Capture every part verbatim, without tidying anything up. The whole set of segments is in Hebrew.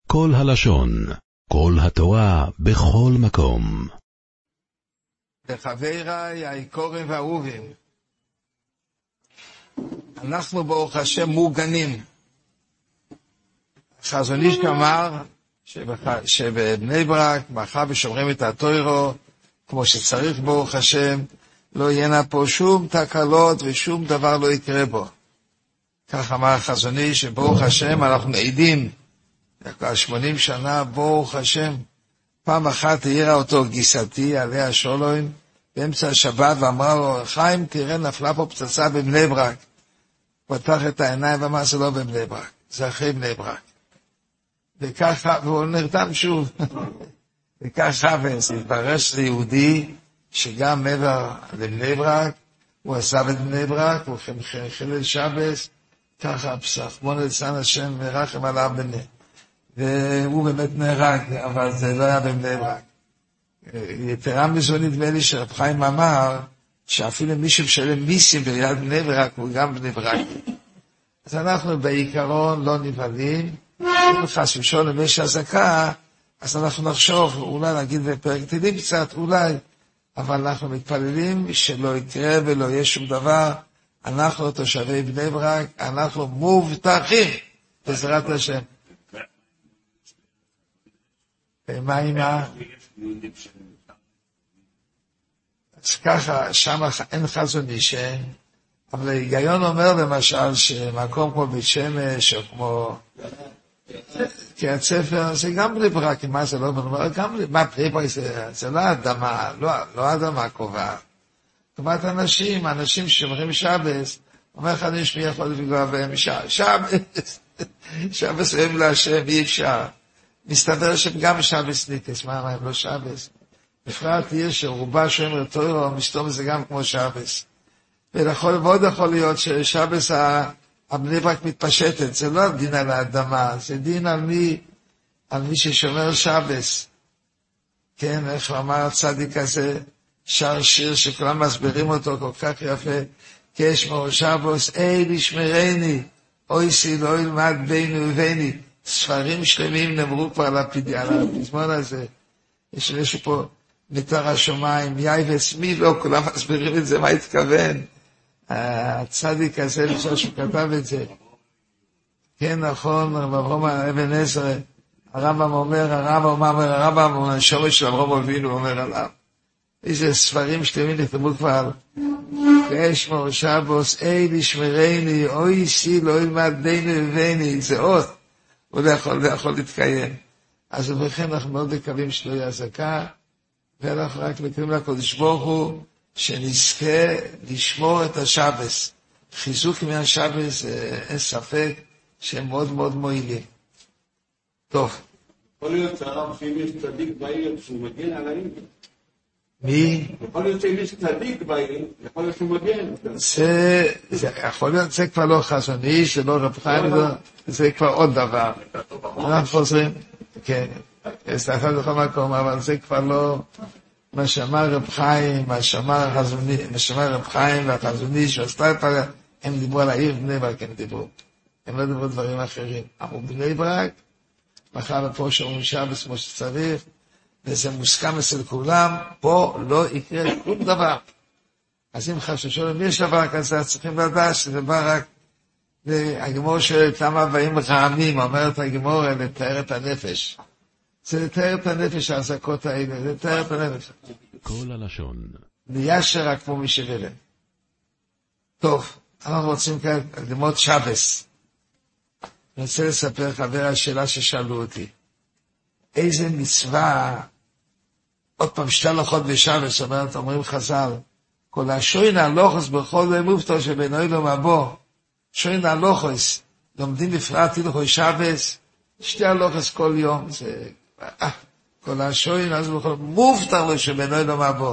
כל הלשון, כל התורה, בכל מקום. לחבריי היקרים והאהובים, אנחנו ברוך השם מוגנים. חזון איש אמר שבבני ברק, מאחר ושומרים את התורה כמו שצריך ברוך השם, לא יהינה פה שום תקלות ושום דבר לא יקרה בו. כך אמר חזון איש, שברוך השם אנחנו עדים שמונים שנה, ברוך השם. פעם אחת העירה אותו גיסתי עליה השלום באמצע השבת ואמרה לו, חיים, תראה, נפלה פה פצצה בבני ברק. פתח את העיניים ואמר, זה לא בבני ברק, זה אחרי בני ברק. וככה, והוא נרתם שוב. וככה, והתברר שזה יהודי שגם מעבר לבני ברק, הוא עזב את בני ברק, הוא חילל שבס, ככה פסח, בוא נצן השם ורחם עליו בני. והוא באמת נהרג, אבל זה לא היה בבני ברק. יתרה מזו נדמה לי שרב חיים אמר, שאפילו מי שמשלם מיסים ביד בני ברק, הוא גם בני ברק. אז אנחנו בעיקרון לא נבהלים, אם חס ושלום יש אזעקה, אז אנחנו נחשוב, אולי נגיד בפרק תהילים קצת, אולי, אבל אנחנו מתפללים שלא יקרה ולא יהיה שום דבר. אנחנו תושבי בני ברק, אנחנו מובטחים בעזרת השם. ומה עם ה... אז ככה, שם אין חזון איש, אבל ההיגיון אומר למשל שמקום כמו בית שמש או כמו קריית ספר, זה גם בני ברק, מה זה לא בני ברק, גם מה בני ברק זה, זה לא אדמה, לא, לא אדמה קובעת. קובעת אנשים, אנשים ששומרים שבס, אומר לך איש מי יכול לפגוע בהם, שבס, שבס אוהב להשם, אי אפשר. מסתבר שגם שבס ניקס, מה, מה הם לא שבס? בפרט תהיה שרובה שומר תורה, מסתום זה גם כמו שבס. ולכל, ועוד יכול להיות ששבס הבני ברק מתפשטת, זה לא דין על האדמה, זה דין על מי, על מי ששומר שבס. כן, איך אמר הצדיק הזה, שר שיר שכולם מסבירים אותו כל כך יפה, כשמור שבוס, אי לשמרני, אוי סי לא ילמד בינו וביני. ספרים שלמים נאמרו כבר על הפזמון הזה. יש משהו פה, מתר השומיים, יאי וסמי, לא, כולם מסבירים את זה, מה התכוון? הצדיק הזה, לפני שהוא כתב את זה. כן, נכון, רב אברהם אבן עזרא, הרמב"ם אומר, הרמב"ם אומר, הרמב"ם אומר, השורש של אברהם אבינו אומר עליו. איזה ספרים שלמים נכתבו כבר, כשמור שבוס, אי לשמרני, אוי סי לא ילמד בינו וביני, זה עוד. הוא לא יכול, לא יכול להתקיים. אז ובכן אנחנו מאוד מקווים שלא יהיה אזעקה, ואנחנו רק מקווים לקדוש ברוך הוא, שנזכה לשמור את השבס. חיזוק מהשבס, אין ספק, שהם מאוד מאוד מועילים. טוב. יכול להיות שהרב שאם יש צדיק בעיר, שהוא מגן על העיר? מי? יכול להיות שאם יש צדיק בעיר, יכול להיות שהוא מגן. זה, זה יכול להיות, זה כבר לא חזון איש, זה לא רב חיים, זה כבר עוד דבר. אנחנו חוזרים, כן, זה אחד בכל מקום, אבל זה כבר לא מה שאמר רב חיים, מה שאמר רב חיים והחזון איש, הם דיברו על העיר בני ברק, הם דיברו. הם לא דיברו דברים אחרים. אמרו בני ברק, מחר ופה שאומרים שבס כמו שצריך, וזה מוסכם אצל כולם, פה לא יקרה שום דבר. אז אם חששו, אם יש דבר כזה, צריכים לדעת שזה בא רק, הגמור שואלת למה באים רעמים, אומרת הגמור, לתאר את הנפש. זה לתאר את הנפש, ההזקות האלה, זה לתאר את הנפש. כל הלשון. לישר רק כמו משבלם. טוב, אנחנו רוצים כאן ללמוד שבס. אני רוצה לספר חבר השאלה ששאלו אותי. איזה מצווה, עוד פעם שתי הלכות בשבס, אומרת, אומרים חז"ל, כל השוין הלוחס בכל ומופתו שבינוי לו מבוא, שוין הלוחס, לומדים בפרט הלכות שבס, שתי הלוחס כל יום, זה, אה, כל השוין, אז בכל מופתו לו שבינוי לו מבוא.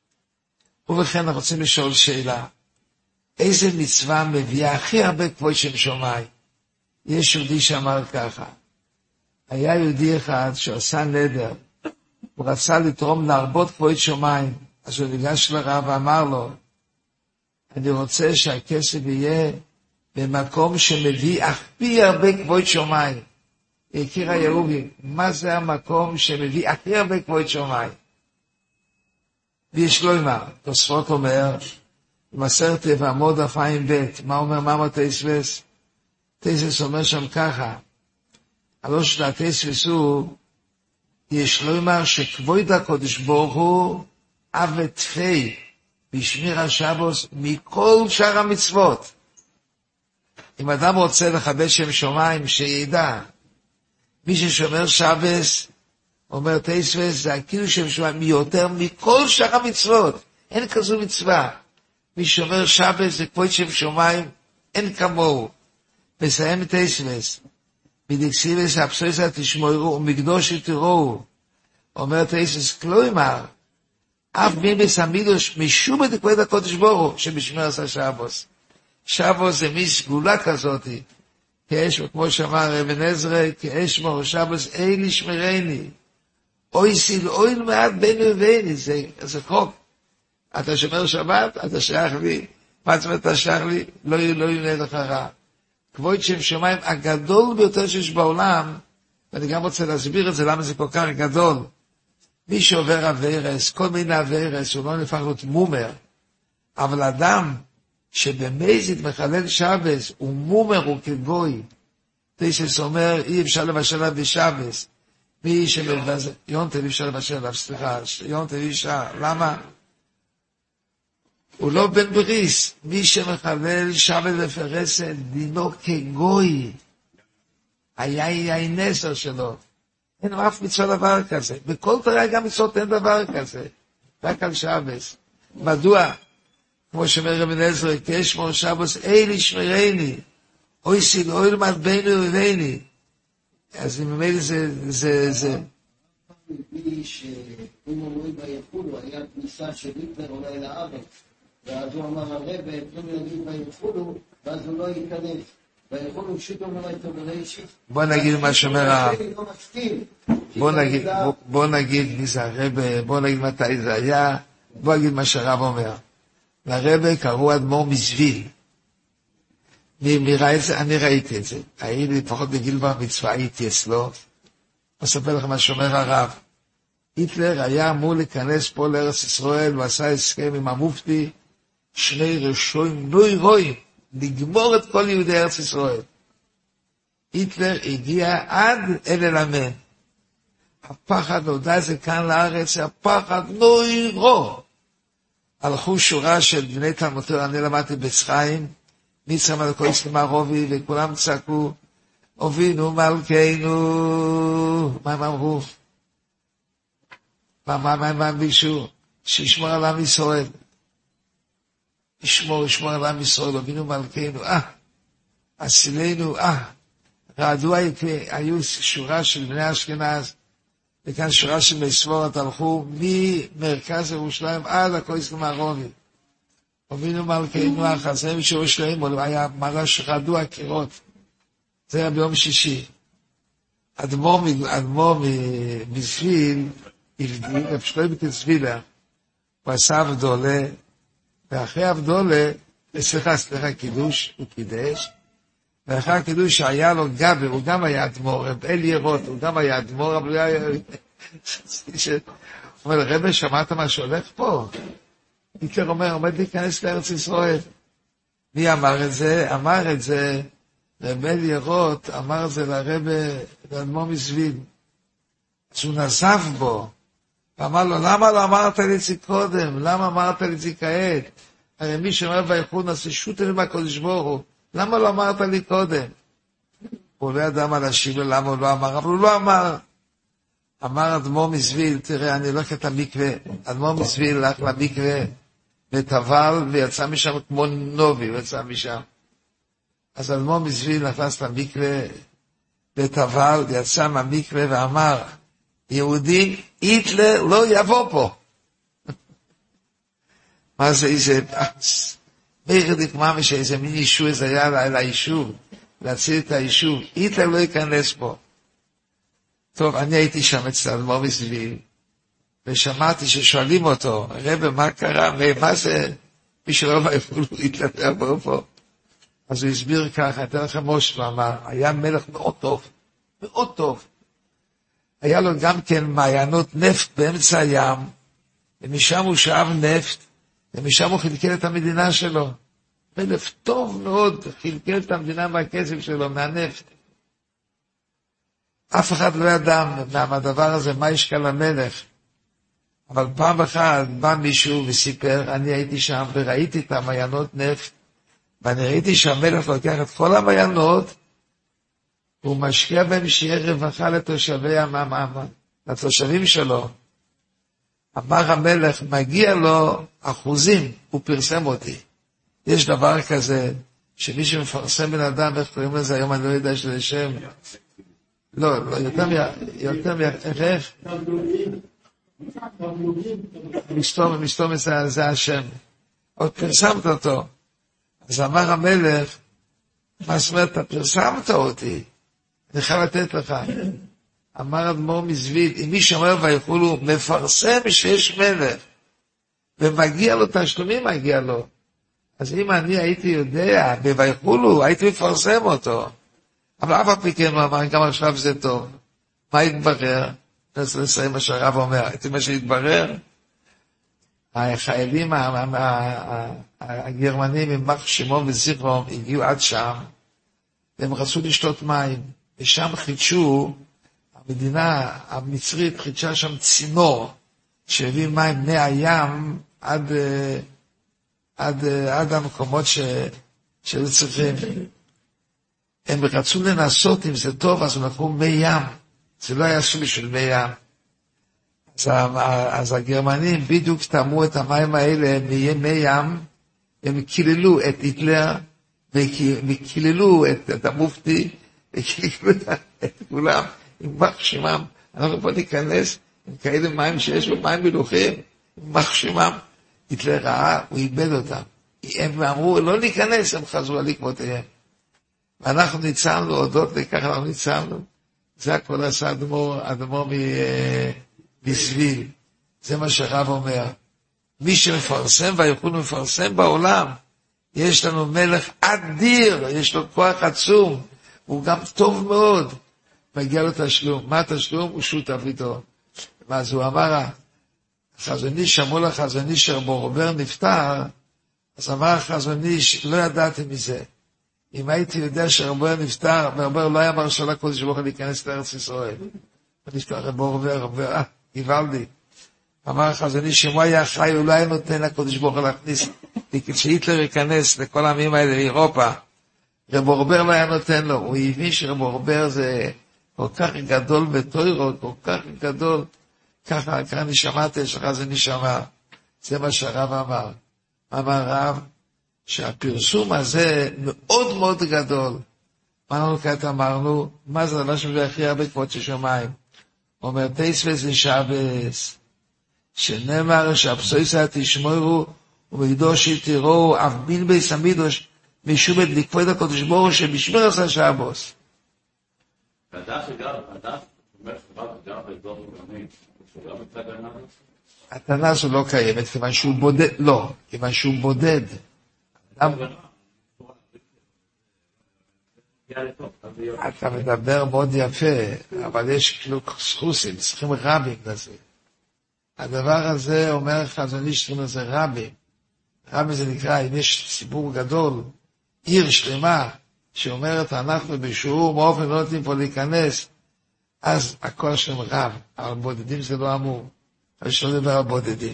ובכן, אנחנו רוצים לשאול שאלה, איזה מצווה מביאה הכי הרבה כבוד שם שומי? יש יהודי שאמר ככה, היה יהודי אחד שעשה נדר, הוא רצה לתרום להרבות כבוד שמיים, אז הוא ניגש לרב ואמר לו, אני רוצה שהכסף יהיה במקום שמביא הכי הרבה כבוד שמיים. יקיר הירובים, מה זה המקום שמביא הכי הרבה כבוד שמיים? ויש לו אמר, תוספות אומר, במסכת ועמוד אפיים בית, מה אומר מאמר תייסבס? תייסבס אומר שם ככה, הלא של התייסבס הוא, יש לו אמר שכבוד הקודש ברוך הוא, אב ותפי, בשמיר השבוס, מכל שאר המצוות. אם אדם רוצה לחדש שם שמיים, שידע, מי ששומר שבס, אומר תייסבס, זה כאילו שם שמיים, מיותר מכל שאר המצוות. אין כזו מצווה. מי שומר שבס, זה כבוד שם שמיים, אין כמוהו. מסיים תייסבס. בדקסיבס, הפסויסה תשמורו, ומקדוש תראו. אומר תייסבס, כלומר, אף מי מסמידוש, משום את כבוד הקודש ברוך הוא, שבשמיר עשה שבוס. שבוס זה מי סגולה כזאת, כאש, כמו שאמר אבן עזרא, כאש מור שבוס, אין ישמרני. אוי סיל, אוי מעט בין וביני, זה, זה חוק. אתה שומר שבת, אתה שייך לי. מה זאת אומרת, אתה שייך לי? לא, לא יונה לך רע. כבוד שם שמיים הגדול ביותר שיש בעולם, ואני גם רוצה להסביר את זה, למה זה כל כך גדול. מי שעובר עבירס, כל מיני עבירס, הוא לא נפך להיות מומר. אבל אדם שבמזיד מחלל שבס, הוא מומר, הוא כגוי. תייסבס אומר, אי אפשר לבשל עליו בשבס. מי שמבז... יונטל אי אפשר לבשל עליו, סליחה, יונטל אי אפשר, למה? הוא לא בן בריס. מי שמחלל שבס לפרסת, דינו כגוי. היה יהיה נסר שלו. אין אף מצווה דבר כזה. בכל תורה גם מצוות אין דבר כזה. רק על שבס. מדוע? כמו שאומר רבי עזרא, כאש מור שבוס, אין ישמרני. אוי סיל, אוי למד בינו וביני. אז אם ממילא זה, זה, זה. מביא שאם אומרים ביחולו, היה כניסה של היטלר אולי לארץ, ואז הוא אמר הרבה, ואתם יודעים ביחולו, ואז הוא לא ייכנס. ביחולו פשוט אומר את זה אישית. בוא נגיד מה שאומר ה... בוא נגיד, בוא נגיד מי זה הרבה, בוא נגיד מתי זה היה, בוא נגיד מה שהרב אומר. לרבה קראו אדמו"ר מזוויל. מי ראה את זה? אני ראיתי את זה. הייתי לפחות בגיל בר מצווה, הייתי אצלו. אספר לכם מה שאומר הרב. היטלר היה אמור להיכנס פה לארץ ישראל, הוא עשה הסכם עם המופתי, שני רשויים נוי רואים, לגמור את כל יהודי ארץ ישראל. היטלר הגיע עד אל אלמן. הפחד, הודע זה כאן לארץ, הפחד נוי רו. הלכו שורה של בני תלמותו, אני למדתי בצחיים, מצרים על כל סלימה רובי, וכולם צעקו, אבינו מלכנו, מה הם אמרו? מה, מה, מה, מה בישו? שישמור על עם ישראל. ישמור, ישמור על עם ישראל, אבינו מלכנו, אה, אסילנו, אה, רעדו היו שורה של בני אשכנז, וכאן שורה של בני ספורת הלכו ממרכז ירושלים עד הכל סלימה רובי. אבינו מלכנו, החזר מירושלים, היה מראה שרעדו הקירות. זה היה ביום שישי. אדמו"ר מזוויל, רב שלמה תזווילה, הוא עשה אבדולה, ואחרי אבדולה, סליחה, סליחה, קידוש, הוא קידש, ואחרי הקידוש היה לו גבר, הוא גם היה אדמו"ר, רב אלי ירות, הוא גם היה אדמו"ר, אבל הוא היה... הוא אומר, רבי, שמעת מה שהולך פה? היטלר אומר, עומד להיכנס לארץ ישראל. מי אמר את זה? אמר את זה, רב אלי ירות, אמר את זה לרבי, לאדמו"ר מזוויל. אז הוא נזף בו, ואמר לו, למה לא אמרת לי את זה קודם? למה אמרת לי את זה כעת? הרי מי שאומר בייחוד נעשה שוטה למה קודש ברוך הוא, למה לא אמרת לי קודם? הוא לא ידע מה להשיב לו, למה הוא לא אמר, אבל הוא לא אמר. אמר אדמו"ר מזוויל, תראה, אני הולך את המקווה, אדמו"ר מזוויל הלך למקווה, וטבל, ויצא משם כמו נובי, ויצא משם. אז אדמו"ר מזוויל נכנס למקווה, וטבל, ויצא מהמקווה, ואמר, יהודי, היטלר לא יבוא פה. מה זה איזה... בירדיק ממש איזה מין יישוב, זה היה ליישוב, להציל את היישוב. היטלר לא ייכנס פה. טוב, אני הייתי שם אצל אדמו"ר מזוויל, ושמעתי ששואלים אותו, רבי, מה קרה? מה זה? מי שלא ביפולו, היטלר יבוא פה. אז הוא הסביר ככה, אתן לכם מושל, אמר, היה מלך מאוד טוב, מאוד טוב. היה לו גם כן מעיינות נפט באמצע הים, ומשם הוא שאב נפט, ומשם הוא חלקל את המדינה שלו. מלך טוב מאוד, חלקל את המדינה מהכסף שלו, מהנפט. אף אחד לא ידע מהדבר הזה מה יש כאן למלך. אבל פעם אחת בא מישהו וסיפר, אני הייתי שם וראיתי את המעיינות נפט, ואני ראיתי שהמלך לוקח את כל המעיינות, הוא משקיע בהם שיהיה רווחה לתושבי המאמה, לתושבים שלו. אמר המלך, מגיע לו אחוזים, הוא פרסם אותי. יש דבר כזה, שמי שמפרסם בן אדם, איך קוראים לזה היום, אני לא יודע שזה שם. לא, לא, יותר מ... יותר מ... איך? מסתום, מסתום זה, זה השם. עוד פרסמת אותו. אז אמר המלך, מה זאת אומרת, אתה פרסמת אותי, אני חייב לתת לך. אמר אדמו"ר מזוויל, אם מי שאומר ויכולו, מפרסם שיש מלך, ומגיע לו תשלומים, מגיע לו. אז אם אני הייתי יודע, ויכולו, הייתי מפרסם אותו. אבל אף הפי כן הוא אמר, גם עכשיו זה טוב. מה התברר? ננסה לסיים מה שהרב אומר. הייתי מה שהתברר? החיילים הגרמנים עם מח שמעון וזיכרון הגיעו עד שם, והם רצו לשתות מים, ושם חידשו, המדינה המצרית חידשה שם צינור, שהביא מים בני הים עד, עד, עד המקומות ש, שהיו צריכים. הם רצו לנסות אם זה טוב, אז הם לקחו מי ים, זה לא היה סוג של מי ים. אז, אז הגרמנים בדיוק טעמו את המים האלה מי ים, הם קיללו את היטלר, וקיללו את, את המופתי, וקיללו את כולם, עם מח שמם. אנחנו פה ניכנס עם כאלה מים שיש בו מים מלוכים, עם מח שמם. היטלר ראה, הוא איבד אותם. הם אמרו, לא ניכנס, הם חזרו על עקבותיהם. ואנחנו ניצלנו, הודות לכך אנחנו ניצלנו. זה הכל עשה אדמו"ר, אדמו"ר מסביל. זה מה שהרב אומר. מי שמפרסם ויכול מפרסם בעולם, יש לנו מלך אדיר, יש לו כוח עצום, הוא גם טוב מאוד. מגיע לו תשלום. מה התשלום? הוא שותף איתו. אז הוא אמר, החזון איש, אמרו לחזון איש שרבורבר נפטר, אז אמר החזון איש, לא ידעתי מזה. אם הייתי יודע שרבורבר נפטר, רבורבר לא היה מרשה לקודש ברוך הוא להיכנס לארץ ישראל. ונפטר רבורבר, רבורבר, אה, גיוולדי. אמר החזון איש, אם הוא היה חי, הוא לא היה נותן לקודש ברוך הוא להכניס, כשהיטלר ייכנס לכל העמים האלה באירופה, רבורבר לא היה נותן לו. הוא הבין שרבורבר זה כל כך גדול בתוירו, כל כך גדול, ככה, ככה אני שמעתי, שלך זה נשמע. זה מה שהרב אמר. אמר רב, שהפרסום הזה מאוד מאוד גדול. מה אנחנו כעת אמרנו? מה זה הדבר שמביא הכי הרבה כבוד של שמיים? אומר, תספס ושבס, שנאמר שהפסויסה תשמורו, ומקדושי תראו, אף בין ביס המידוש, משום את לקפוד הקודש בורו, שבשמר עשה שבוס. הדף שגר, הדף, אומר שגר שגר באזור גרמי, הוא גם מצא גרמי? הטענה הזו לא קיימת, כיוון שהוא בודד, לא, כיוון שהוא בודד. אתה מדבר מאוד יפה, אבל יש כאילו סחוסים, צריכים רבים לזה. הדבר הזה אומר חזון איש, צריכים לזה רבים. רבים זה נקרא, אם יש ציבור גדול, עיר שלמה, שאומרת, אנחנו בשיעור באופן לא נותנים פה להיכנס, אז הכל שם רב, אבל בודדים זה לא אמור. אבל שלא לדבר על בודדים.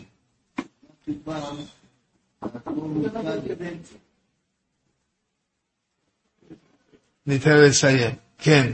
ניתן לסיים, כן.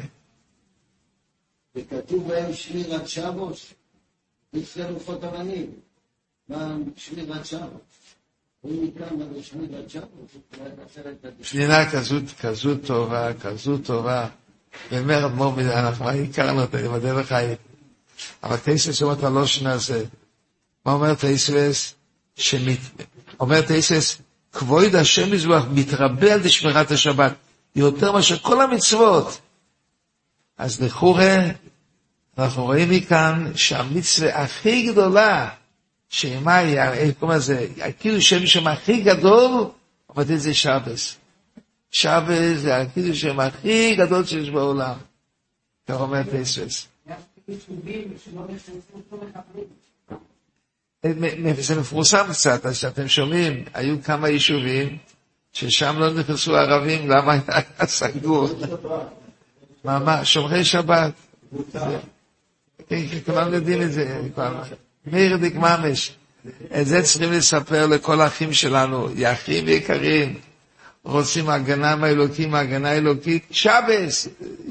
וכתוב בהם שמירת שבוס, לפני לוחות המנים. מה שמירת שבוס? הוא מכאן על שמירת שבוס. שנינה כזאת, כזאת טובה, כזאת טובה. ואומר, אדמו"ר, אנחנו הכרנו אותה, אני מודה לך. אבל תייסס אומר את הלושן הזה. מה אומר תייסס? אומר תייסס, כבוד השם מזבח מתרבה על שמירת השבת, יותר מאשר כל המצוות. אז לכאורה, אנחנו רואים מכאן שהמצווה הכי גדולה, שמה היא, כמו זה, כאילו שם שם הכי גדול, אבל זה שבס. שבס זה הכאילו שם הכי גדול שיש בעולם. כך אומר תספס. זה מפורסם קצת, אז שאתם שומעים, היו כמה יישובים ששם לא נכנסו ערבים, למה היה סגור? מה, מה, שומרי שבת. כולם יודעים את זה, מאיר דיק ממש. את זה צריכים לספר לכל האחים שלנו, אחים יקרים, רוצים הגנה מהאלוקים, הגנה האלוקית, שבס.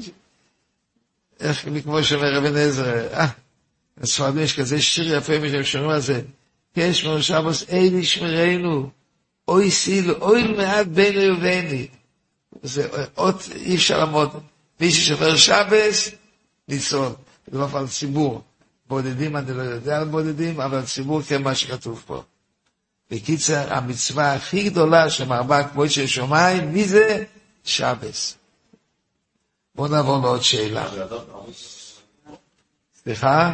איך כמו שאומר אבן עזרא, אה, הספרדים יש כזה שיר יפה משהם שומעים על זה, יש מר שבס, אין ישמרנו, אוי סיל, אוי מעט ביני וביני. זה עוד אי אפשר לעמוד. מי ששומר שבס, ניצול. זה לא על ציבור. בודדים, אני לא יודע על בודדים, אבל הציבור כן מה שכתוב פה. בקיצר, המצווה הכי גדולה שמרבה כמו של שמיים, מי זה? שבס. בואו נעבור לעוד שאלה. סליחה?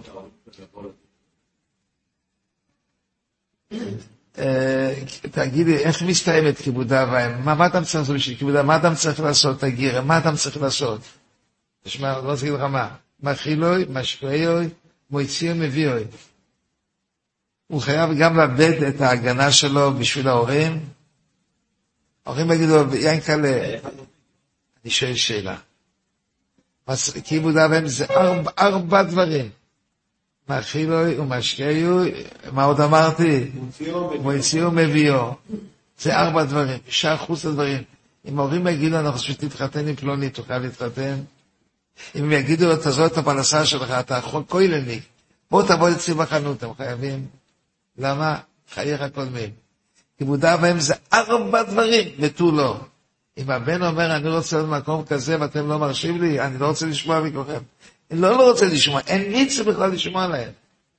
תגידי, איך מסתיימת כיבודה והם? מה אתה צריך לעשות בשביל כיבודה? מה אתה צריך לעשות? תגירה, מה אתה צריך לעשות? תשמע, לא צריך לך מה. מאכילוי, משקויוי, מויציו מביאוי. הוא חייב גם לאבד את ההגנה שלו בשביל ההורים. ההורים יגידו, יין קלה, אני שואל שאלה. כיבודה והם זה ארבע, ארבע דברים. מאכילוי ומשקויוי, מה עוד אמרתי? מויציו מביאו. זה ארבע דברים, שאר חוץ הדברים. אם ההורים יגידו, אנחנו חושבים שתתחתן עם פלוני, תוכל להתחתן. אם הם יגידו לו, תעזור את הפרנסה שלך, אתה יכול כהלניק, בוא תבוא אצלי בחנות, הם חייבים. למה? חייך קודמים. כיבודה בהם זה ארבע דברים, ותו לא. אם הבן אומר, אני רוצה להיות מקום כזה, ואתם לא מרשים לי, אני לא רוצה לשמוע מכוכם. אני לא, לא רוצה לשמוע, אין מיץ בכלל לשמוע להם.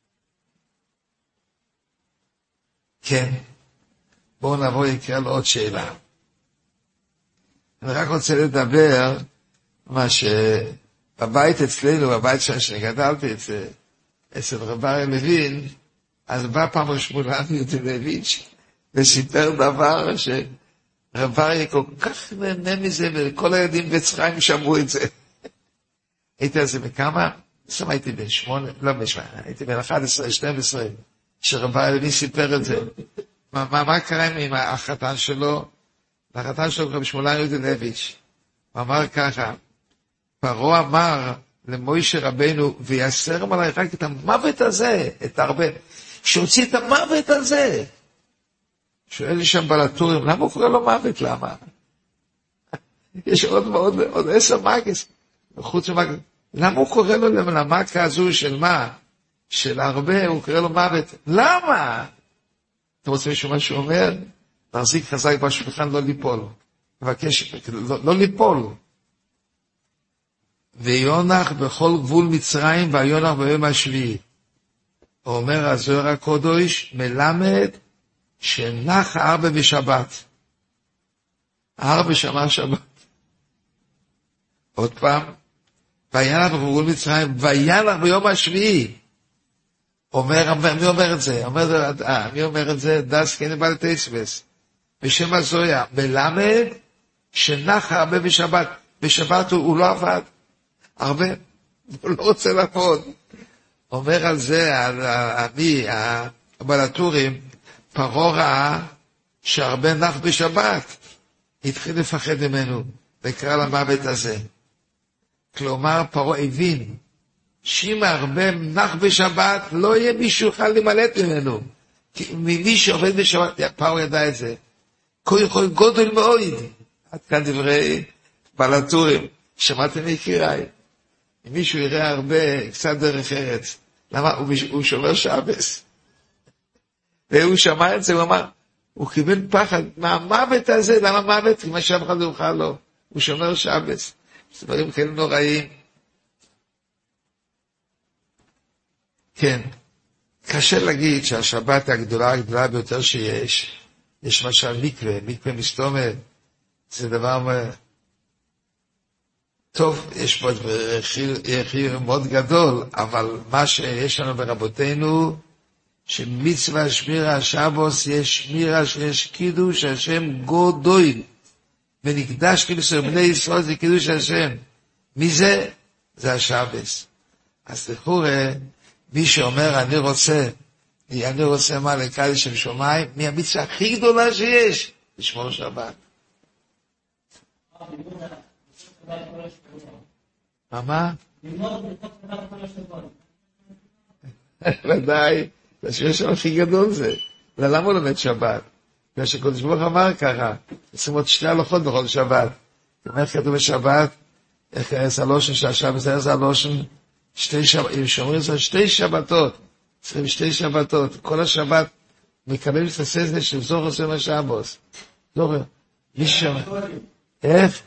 כן. בואו נבוא יקרה לו עוד שאלה. אני רק רוצה לדבר, מה שבבית אצלנו, בבית שגדלתי אצל, אצל רבי לוין, אז בא פעם ראשונה יודלביץ' וסיפר דבר שרבי כל כך נהנה מזה, וכל הילדים בצחיים שמעו את זה. הייתי על זה בכמה? שם הייתי בן שמונה, לא בשמונה, הייתי בן אחת עשרה, שתים עשרה, שרבי לוין סיפר את זה. מה, מה, מה קרה עם החתן שלו? החתן שלו רבי שמואל יודלביץ'. הוא אמר ככה, פרעה אמר למוישה רבנו, ויסר עליי רק את המוות הזה, את הרבה, שהוציא את המוות הזה. שואל לי שם בלטורים, למה הוא קורא לו מוות? למה? יש עוד עוד, עוד עשר מגס, חוץ ממגס. למה הוא קורא לו למכה הזו של מה? של הרבה, הוא קורא לו מוות. למה? אתם רוצים לשמוע מה שהוא אומר? תחזיק חזק בשולחן, לא ליפול. מבקש, לא, לא ליפול. ויונח בכל גבול מצרים, ויונח ביום השביעי. אומר הזוהר הקודש, מלמד שנח הארבע בשבת. הארבע שמע שבת. עוד פעם, וינח בכל גבול מצרים, וינח ביום השביעי. אומר, מי אומר את זה? אומר, אה, מי אומר את זה? דס כן בעל תסבס. בשם הזויה, מלמד שנח הארבע בשבת. בשבת הוא, הוא לא עבד. הרבה, הוא לא רוצה לעבוד. אומר על זה, על מי, הבלטורים, פרעה ראה שהרבה נח בשבת. התחיל לפחד ממנו, וקרא למוות הזה. כלומר, פרעה הבין, שאם הרבה נח בשבת, לא יהיה מישהו יכול למלט ממנו. כי ממי שעובד בשבת, פרעה ידע את זה. כה יכול גודל מאוד. עד כאן דברי בלטורים. שמעתם יקיריי? אם מישהו יראה הרבה, קצת דרך ארץ, למה? הוא, הוא שומר שבס. והוא שמע את זה, הוא אמר, הוא קיבל פחד, מה המוות הזה? למה מוות? כי מה שאף אחד לא יוכל לו. הוא שומר שבס. דברים כאלה נוראים. כן. קשה להגיד שהשבת הגדולה, הגדולה ביותר שיש, יש משל מקווה, מקווה מסתומת, זה דבר טוב, יש פה חיר מאוד גדול, אבל מה שיש לנו ברבותינו, שמצווה שמירה השבוס, יש שמירה שיש קידוש השם גודוי, ונקדש כאילו בני ישראל זה קידוש השם. מי זה? זה השבס. אז לכאורה, מי שאומר, אני רוצה, אני רוצה מה לקדש שם שמיים, מהמצווה הכי גדולה שיש, לשמור שבת. מה מה? ודאי, זה שיש שם הכי גדול זה. למה הוא לומד שבת? בגלל שקודש ברוך אמר ככה, עושים עוד שתי הלכות בכל שבת. אומר כתוב בשבת, איך זה הלושן של השבת, זה הלושן, שתי שבת, אם שומרים זה שתי שבתות, צריכים שתי שבתות, כל השבת מקבל את הסזנה של זוכר סם השבוס. זוכר, מי שומר? איך?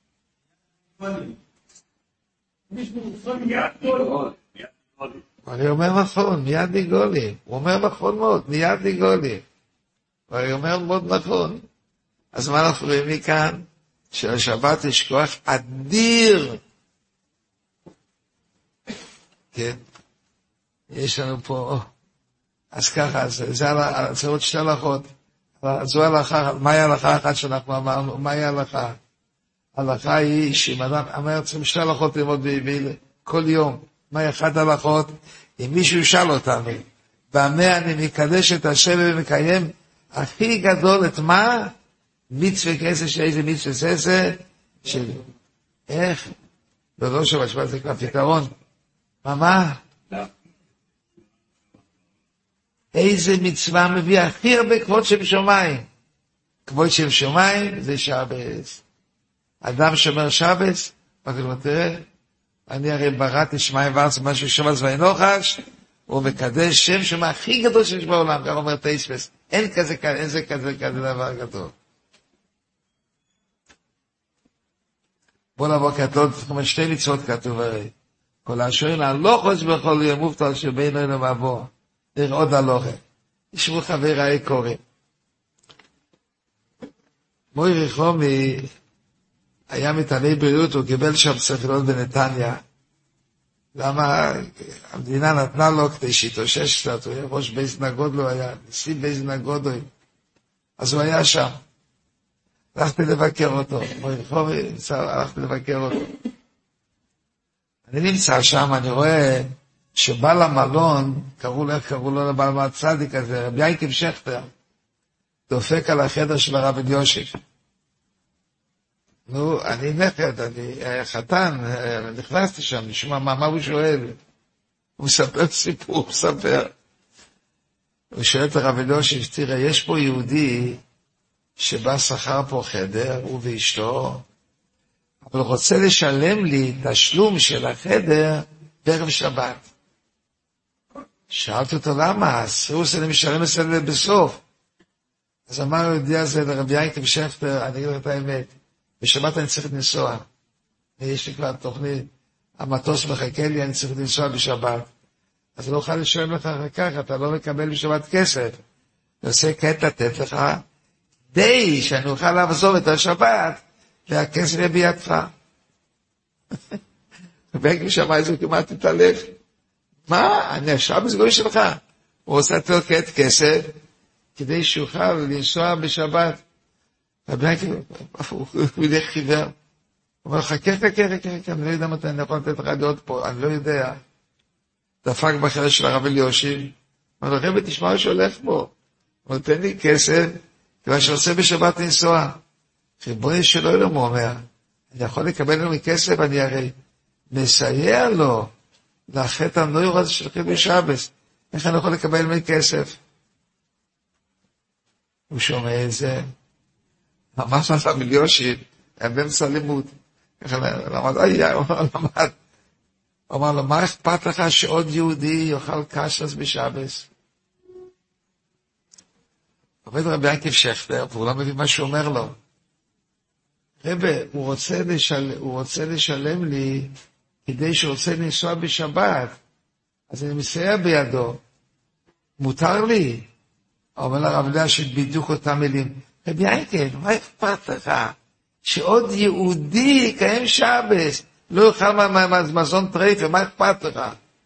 אני אומר נכון, מיד ניגולים. הוא אומר נכון מאוד, מיד ניגולים. ואני אומר מאוד נכון. אז מה אנחנו רואים מכאן? שלשבת יש כוח אדיר. כן? יש לנו פה, אז ככה, זה, זה, זה עוד שתי הלכות. זו הלכה, מהי ההלכה אחת שאנחנו אמרנו? מהי ההלכה? ההלכה היא שאם אדם, אמר, צריכים שתי הלכות ללמוד כל יום. מהי אחת הלכות? אם מישהו ישאל אותנו, במה אני מקדש את השם ומקיים הכי גדול את מה? מצווה כסף שאיזה מצווה ססה? של... איך? לא, לא שבת, שבת זה כבר פתרון. מה, מה? איזה מצווה מביא הכי הרבה כבוד שם שמיים? כבוד שם שמיים זה שבס. אדם שומר שבס, מה כתוב, תראה, אני הרי בראתי שמיים וארץ, משהו שבס ואינוחש, הוא מקדש שם שמיים הכי גדול שיש בעולם, כך אומר תייספס. אין כזה, אין זה כזה, כזה דבר גדול. בוא נבוא כתוב, כמו שתי מצוות כתוב הרי. כל השואל, הלוחש בכל יום מובטל שבינו אליו מבוא. נראה עוד הלוחה. ישבו חבריי קוראים. מוי רחומי היה מתעני בריאות, הוא קיבל שם סכלות בנתניה. למה המדינה נתנה לו כדי שיתאושש קצת, הוא היה ראש בייס נגודלו, הוא היה נשיא בייס נגודלו. אז הוא היה שם. הלכתי לבקר אותו. מוי רחומי, הלכתי לבקר אותו. אני נמצא שם, אני רואה שבעל המלון, קראו לו, קראו לו לבעל מהצדיק הזה, רבי ינקב שכטר, דופק על החדר של הרב אליושיב. נו, אני נכד, אני חתן, נכנסתי שם, נשמע מה, מה הוא שואל? הוא מספר סיפור, הוא מספר. הוא שואל את הרב אליושיב, תראה, יש פה יהודי שבא שכר פה חדר, הוא ואשתו, אבל רוצה לשלם לי תשלום של החדר בערב שבת. שאלתי אותו למה? אסור שאני משלם אצלנו בסוף. אז אמר היהודי הזה לרבי ינקב שכטר, אני אגיד לך את האמת, בשבת אני צריך לנסוע. יש לי כבר תוכנית, המטוס מחכה לי, אני צריך לנסוע בשבת. אז לא אוכל לשלם לך אחר כך, אתה לא מקבל בשבת כסף. אני עושה קטע לתת לך, די שאני אוכל לעזוב את השבת, והכסף יהיה בידך. ובנקב שמע איזה כמעט תתהלך. מה? אני עכשיו בסגוי שלך. הוא רוצה לתת כעת כסף, כדי שיוכל לנסוע בשבת. ובנקב, הוא ילך חיוור. הוא אומר, חכה, חכה, חכה, אני לא יודע מתי אני יכול לתת לך להיות פה, אני לא יודע. דפק בחדר של הרב אליושיב, אמר לו, רבי, תשמע מה שהולך פה. הוא נותן לי כסף, כיוון שרוצה בשבת לנסוע. ריבונו של עולם, הוא אומר, אני יכול לקבל לו מכסף, אני הרי מסייע לו לחטא הנויר הזה של חידוש שבס. איך אני יכול לקבל מכסף? הוא שומע את זה, ממש הרב אליושיב, היה באמצע לימוד. למד, אוי, הוא למד. הוא אמר לו, מה אכפת לך שעוד יהודי יאכל קשרס בשבס? עובד רבי ינקב שכטר, והוא לא מבין מה שהוא אומר לו. רבי, הוא רוצה, לשל... הוא רוצה לשלם לי כדי שרוצה לנסוע בשבת, אז אני מסייע בידו. מותר לי? הוא אומר לרב אליושיב בדיוק אותם מילים. רבי ינקב, מה אכפת לך שעוד יהודי יקיים שבס, לא יאכל מזון טרייפה, מה אכפת לך?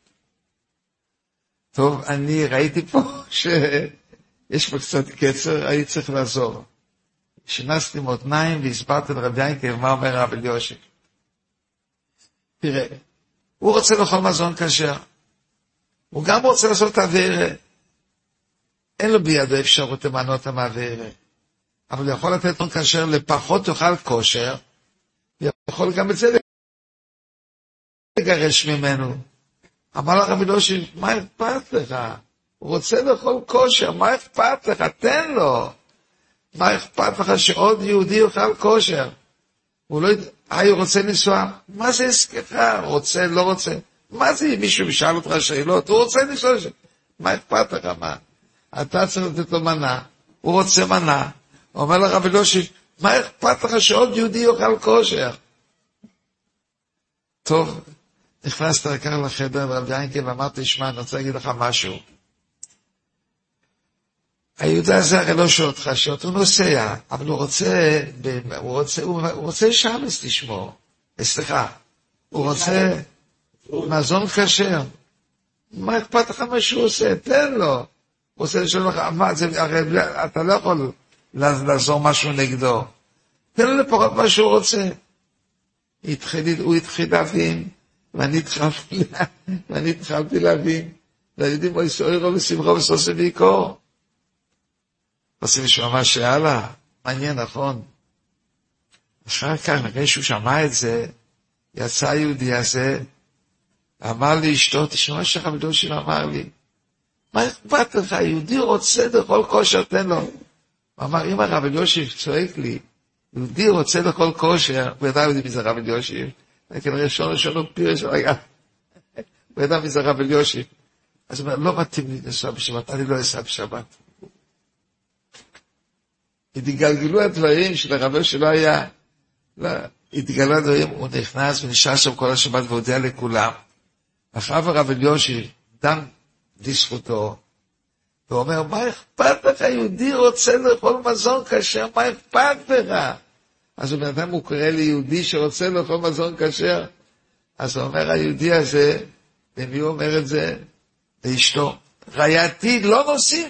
טוב, אני ראיתי פה שיש פה קצת קצר, הייתי צריך לעזור. שנסתי מותניים והסברתי לרבי ינקב מה אומר רב אליושיב. תראה, הוא רוצה לאכול מזון כשר. הוא גם רוצה לעשות עבירה. אין לו בידו אפשרות למנות המעבירה. אבל הוא יכול לתת מזון כשר לפחות יאכל כושר, ויכול גם את זה לגרש ממנו. אמר לך רבי אלשיב, מה אכפת לך? הוא רוצה לאכול כושר, מה אכפת לך? תן לו. מה אכפת לך שעוד יהודי יאכל כושר? הוא לא יודע, היי, הוא רוצה לנסוע? מה זה עסקך? רוצה, לא רוצה? מה זה אם מישהו משאל אותך שאלות? הוא רוצה לנסוע? מה אכפת לך? מה? אתה צריך לתת לו מנה, הוא רוצה מנה. הוא אומר לרבי אלשיב, מה אכפת לך שעוד יהודי יאכל כושר? טוב, נכנסת לקח לחדר רבי ינקל ואמרתי, שמע, אני רוצה להגיד לך משהו. היהודה הזה הרי לא שואל אותך, שאותו נוסע, אבל הוא רוצה, הוא רוצה, הוא רוצה שמש לשמור. סליחה, הוא רוצה מזון כשר. מה אכפת לך מה שהוא עושה? תן לו. הוא רוצה לשאול לך, מה, זה, הרי אתה לא יכול לעזור משהו נגדו. תן לו לפחות מה שהוא רוצה. התחיל, הוא התחיל להבין, ואני התחלתי, ואני התחלתי להבין, והיהודים בו יסוירו ושמחו וסוסי ויקור. עושים שהוא אמר שאלה, מעניין, נכון? אחר כך, אחרי שהוא שמע את זה, יצא היהודי הזה, אמר לי אשתו, תשמע שרבי אלשיב אמר לי, מה אכפת לך? יהודי רוצה לאכול כושר, תן לו. הוא אמר, אם הרבי אלשיב צועק לי, יהודי רוצה לאכול כושר, הוא ידע יהודי מי זה רבי אלשיב, כנראה ראשון ראשון הוא פירש, הוא ידע מי זה רבי אלשיב. אז הוא אומר, לא מתאים לי לנסוע בשבת, אני לא אסע בשבת. התגלגלו הדברים של הרב שלא היה, לא, התגלגלו הדברים, הוא נכנס ונשאר שם כל השבת והודיע לכולם. אחריו הרב אלשיב דן לזכותו, והוא אומר, מה אכפת לך? יהודי רוצה לאכול מזון כשר, מה אכפת לך? אז הוא בינתיים הוא קורא לי יהודי שרוצה לאכול מזון כשר, אז הוא אומר היהודי הזה, למי הוא אומר את זה? לאשתו, רעייתי לא נוסעים.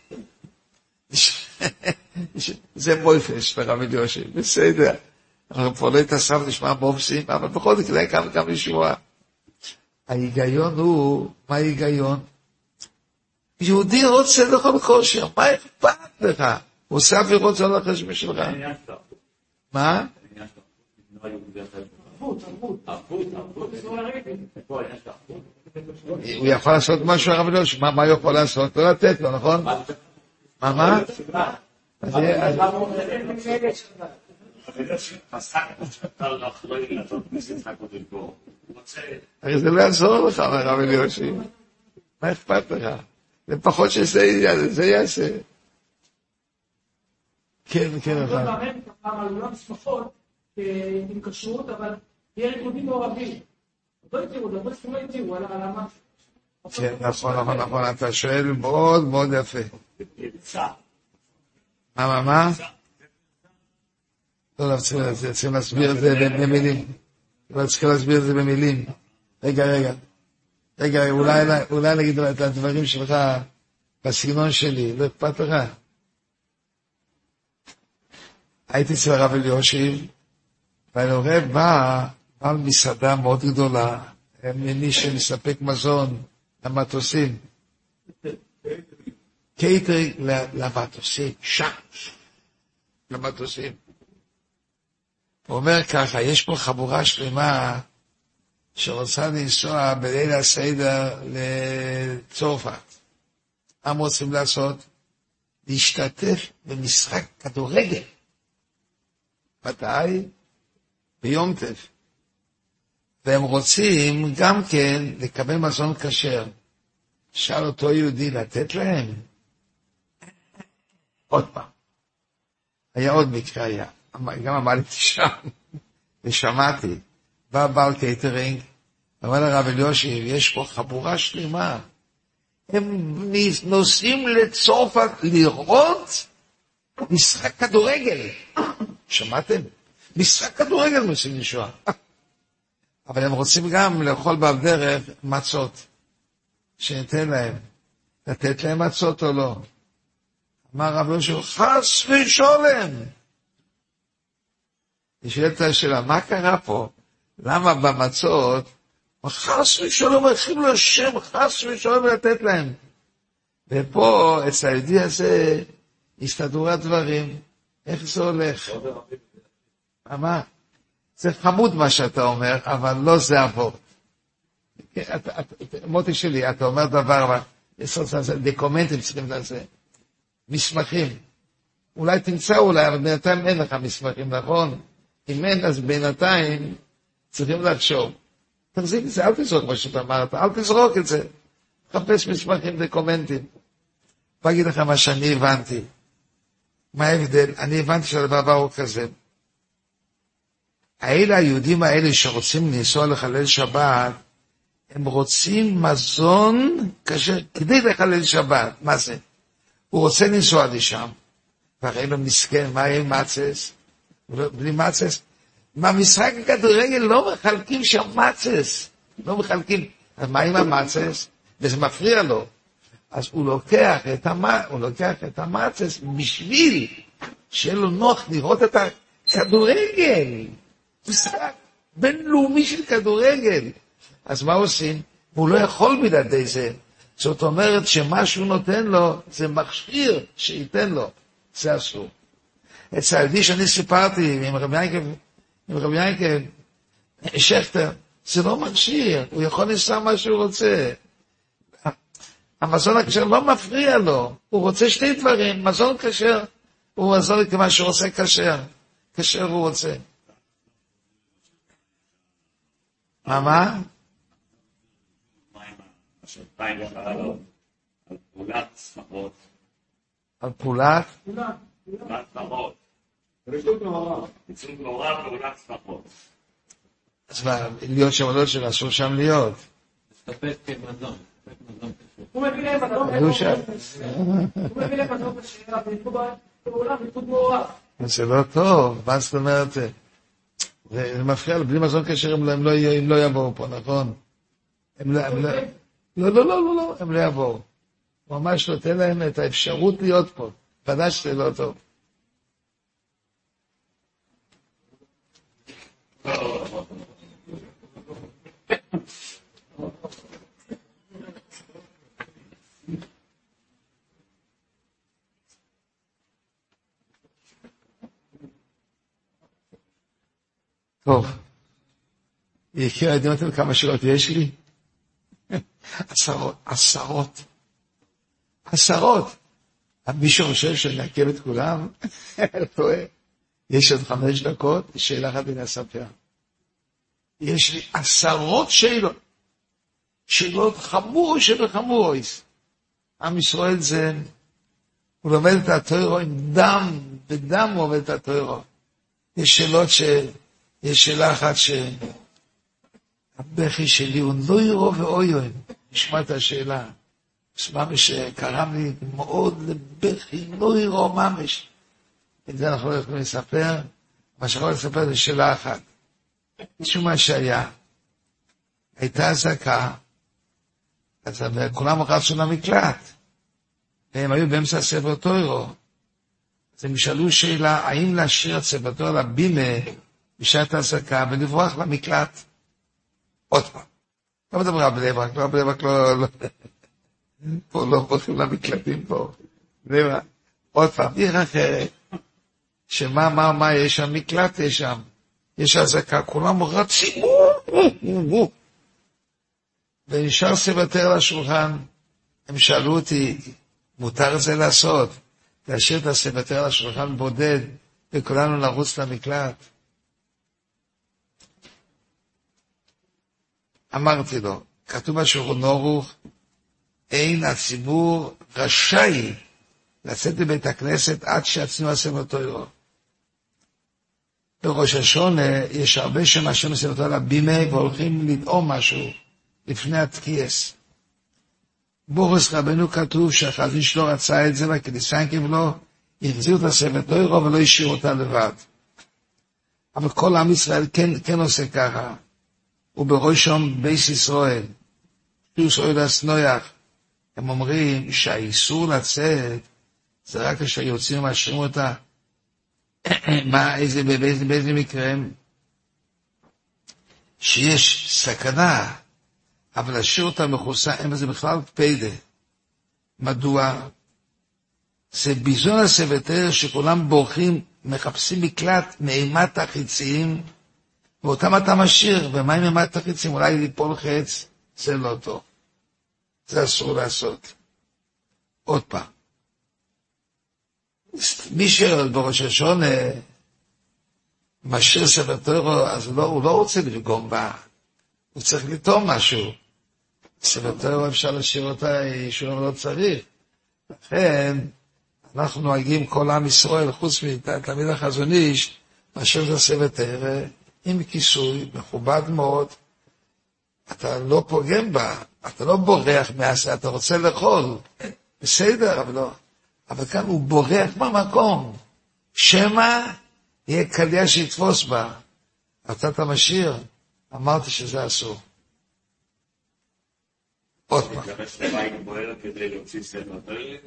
זה מויפש לרב אלשיב, בסדר. אנחנו פה לא התעסף לשמוע בובסים, אבל בכל זאת כדאי כמה כמה לשמוע. ההיגיון הוא, מה ההיגיון? יהודי רוצה לאכול כושר, מה אכפת לך? הוא עושה עבירות, זה לא חשוב שלך. מה? הוא יכול לעשות משהו הרב אלשיב, מה הוא יכול לעשות? לא לתת לו, נכון? מה, מה? הרי זה לא יעזור לך, הרב אלשיב. מה אכפת לך? לפחות שזה יעשה. כן, כן, אבל. לא להם כפר על אולם שמחות עם כשרות, אבל יהיה ריקודים מעורבים. לא יתירו, לא לא יתירו, אלא על המש. כן, נכון, נכון, נכון, אתה שואל מאוד מאוד יפה. מה, מה, מה? לא, לא, צריכים להסביר את זה במילים. לא צריכים להסביר את זה במילים. רגע, רגע. רגע, אולי נגיד את הדברים שלך בסגנון שלי, לא אכפת לך. הייתי אצל הרב אלשיב, ואני רואה בא, בא מסעדה מאוד גדולה, ממי שמספק מזון למטוסים. קייטרינג למטוסים, שם, למטוסים. הוא אומר ככה, יש פה חבורה שלמה שרוצה לנסוע בליל הסדר לצרפת. מה הם רוצים לעשות? להשתתף במשחק כדורגל. מתי? ביום טף. והם רוצים גם כן לקבל מזון כשר. שאל אותו יהודי לתת להם? עוד פעם. היה עוד מקרה היה. גם עמדתי שם, ושמעתי. בא בעל קייטרינג, אמר לרב אלשיב, יש פה חבורה שלמה. הם נוסעים לצרפת לראות משחק כדורגל. שמעתם? משחק כדורגל נוסעים לנסוע. אבל הם רוצים גם לאכול בדרך מצות. שניתן להם. לתת להם מצות או לא? אמר רב אלשיב, חס ושלום. היא שואלת את השאלה, מה קרה פה? למה במצות חס ושלום, הולכים לו שם חס ושלום לתת להם. ופה, אצל היהודי הזה, הסתדרו הדברים. איך זה הולך? מה? זה חמוד מה שאתה אומר, אבל לא זה עבור. מוטי שלי, אתה אומר דבר, אבל דוקומנטים צריכים לזה. מסמכים. אולי תמצא אולי, אבל בינתיים אין לך מסמכים, נכון? אם אין, אז בינתיים צריכים לחשוב. תחזיק את זה, אל תזרוק מה שאתה אמרת, אל תזרוק את זה. חפש מסמכים, דוקומנטים. ואגיד לך מה שאני הבנתי. מה ההבדל? אני הבנתי שהדבר הוא כזה. האלה, היהודים האלה שרוצים לנסוע לחלל שבת, הם רוצים מזון כשר, כדי לחלל שבת. מה זה? הוא רוצה לנסוע לשם. והרי לו מסכן, מה עם מצס? בלי מצס? מה, משחק הכדורגל לא מחלקים שם מצס. לא מחלקים. אז מה עם המצס? וזה מפריע לו. אז הוא לוקח את, המ... הוא לוקח את המצס בשביל שיהיה לו נוח לראות את הכדורגל. משחק בינלאומי של כדורגל. אז מה עושים? הוא לא יכול בלעדי זה. זאת אומרת שמה שהוא נותן לו זה מכשיר שייתן לו. זה אסור. אצל היהודי שאני סיפרתי עם רבי ינקב, עם רבי ינקב שכטר, זה לא מכשיר, הוא יכול לנסוע מה שהוא רוצה. המזון הכשר לא מפריע לו, הוא רוצה שתי דברים, מזון כשר, הוא מזון כמה שהוא עושה כשר, כשר הוא רוצה. מה מה? על פעולת שמחות. על פעולת? פעולת שמחות. רישות מעורב. רישות מעורב פעולת שמחות. אז מה, להיות שם לא שם, אסור שם להיות. להסתפק כמזון. הוא מביא להם מזון. הוא מביא להם מזון בשאלה, פעולה, רישות מעורב. זה לא טוב, מה זאת אומרת? זה מפריע, בלי מזון כשר הם לא יבואו פה, נכון? הם לא, לא, לא, לא, לא, הם לא יבואו. ממש נותן להם את האפשרות להיות פה. ודאי שזה לא טוב. טוב. יקיר, יודעים אתם כמה שאלות יש לי? עשרות, עשרות. עשרות. מישהו חושב שנעכב את כולם? טועה. יש עוד חמש דקות, שאלה אחת אני אספר. יש לי עשרות שאלות. שאלות חמור שבחמור. עם ישראל זה, הוא לומד את התורה עם דם, בדם הוא לומד את התורה. יש שאלות ש... יש שאלה אחת שהבכי שלי הוא לא ירו ואוי אוי. נשמע את השאלה. ממש קרם לי מאוד לבכי, לא ירו ממש. את זה אנחנו לא יכולים לספר. מה שאנחנו לספר זה שאלה אחת. משום מה שהיה. הייתה זקה, אז כולם רצו למקלט. והם היו באמצע ספר תוירו. אז הם שאלו שאלה, האם להשאיר את ספר תוירו לבימה בשעת הזקה ולברוח למקלט? עוד פעם. לא מדבר על בני ברק, לא בני ברק, לא, לא. פה לא בורחים למקלטים פה. בני ברק. עוד פעם, עיר אחרת. שמה, מה, מה יש שם? מקלט יש שם. יש הזקה, כולם רצים. ונשאר סבתר לשולחן. הם שאלו אותי, מותר זה לעשות? להשאיר את הסבתר לשולחן בודד, וכולנו לרוץ למקלט. אמרתי לו, כתוב בשולחן ערוך, אין הציבור רשאי לצאת לבית הכנסת עד שיצאו הספר תורה. בראש השונה יש הרבה שמאשרים הספר תורה לבימה והולכים לטעום משהו לפני התקיעס. בורס רבנו כתוב שהחזון שלו רצה את זה והקדיסאים קיבלו, החזיר את הספר תורה ולא השאיר אותה לבד. אבל כל עם ישראל כן, כן עושה ככה. ובראשם בייס ישראל, שוס אוילס נויח, הם אומרים שהאיסור לצאת זה רק כשהיוצאים מאשרים אותה. מה, איזה, באיזה, באיזה מקרה? שיש סכנה אבל להשאיר אותה מכוסה, אין בזה בכלל פיידה. מדוע? זה ביזון הסבתר שכולם בורחים, מחפשים מקלט מאימת החיצים, ואותם אתה משאיר, ומה עם אימת החיצים? אולי ליפול חץ, זה לא טוב. זה אסור לעשות. עוד פעם. מי שבראש השונה משאיר סבתר, אז לא, הוא לא רוצה לגום בה. הוא צריך לטום משהו. סבתר אפשר להשאיר אותה, שהוא לא צריך. לכן, אנחנו נוהגים כל עם ישראל, חוץ מתלמיד החזון איש, משאיר את הסבתר, עם כיסוי, מכובד מאוד, אתה לא פוגם בה, אתה לא בורח מהעשה, אתה רוצה לאכול, בסדר, אבל לא. אבל כאן הוא בורח במקום, שמה יהיה קליה שיתפוס בה. אתה אתה משאיר, אמרתי שזה אסור. עוד פעם. להיכנס לבית בוער כדי להוציא ספר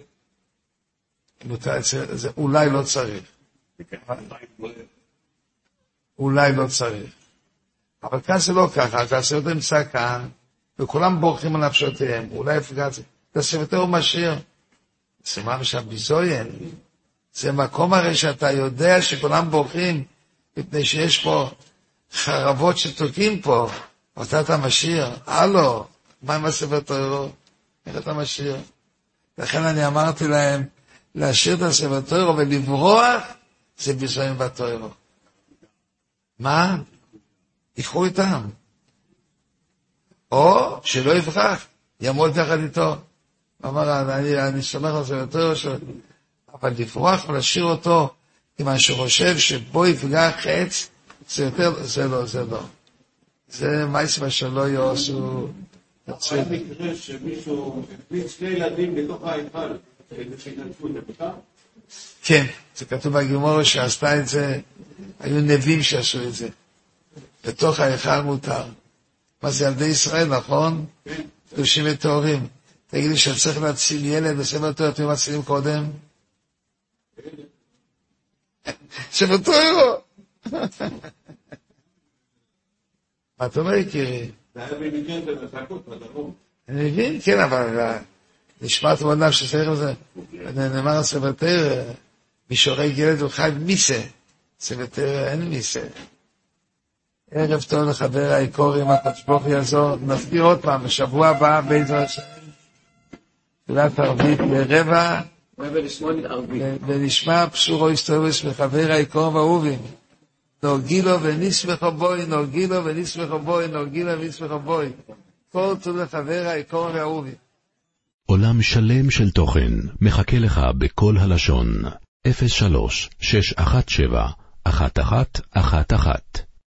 תורה? זה אולי לא צריך. אולי לא צריך. אבל כאן זה לא ככה, אז הסרט נמצא כאן, וכולם בורחים על נפשותיהם, אולי יפגע את זה. את הסרט הוא משאיר. זה מה שהביזוין. זה מקום הרי שאתה יודע שכולם בורחים, מפני שיש פה חרבות שתוקעים פה, אותה אתה משאיר. הלו, מה עם הספר תורה? איך אתה משאיר? לכן אני אמרתי להם, להשאיר את הספר תורה ולברוח, זה ביזוין בתורה. מה? יקחו איתם. או שלא יברח, יעמוד יחד איתו. אמר, אני, אני סומך על זה יותר, ש... אבל לברוח ולהשאיר אותו, אם אני שחושב שבו יפגע חץ, זה יותר, זה לא, זה לא. זה מייסמה שלא יעשו. היה מקרה שמישהו הקפיץ שני ילדים בתוך ההיכל, שכתבו את זה, בכך? כן, זה כתוב בגימורה שעשתה את זה, היו נביאים שעשו את זה. בתוך ההיכל מותר. מה זה ילדי ישראל, נכון? כן. קדושים וטהורים. תגיד לי שצריך להציל ילד בספר תורה, אתם מצילים קודם? ספר תורה. מה אתה אומר, יקירי? זה היה במקרה במחלקות, בדרום. אני מבין, כן, אבל נשמעת מאוד שצריך לזה. נאמר על ספר תורה, מי שהורג ילד הוא חי מיסה. ספר תורה אין מיסה. ערב טוב לחבר העיקורים, הקדוש ברוך הוא יעזור. נזכיר עוד פעם, בשבוע הבא, בעזרת השם, תפילת ערבית לרבע, ונשמע פסורו היסטוריוס מחבר העיקורים ואהובים. נורגילו וניסמכו בוי, נורגילו וניסמכו בוי, נורגילו וניסמכו בוי. כל טוב לחבר העיקורים ואהובים. עולם שלם של תוכן מחכה לך בכל הלשון. אפס שלוש שש אחת שבע אחת אחת אחת אחת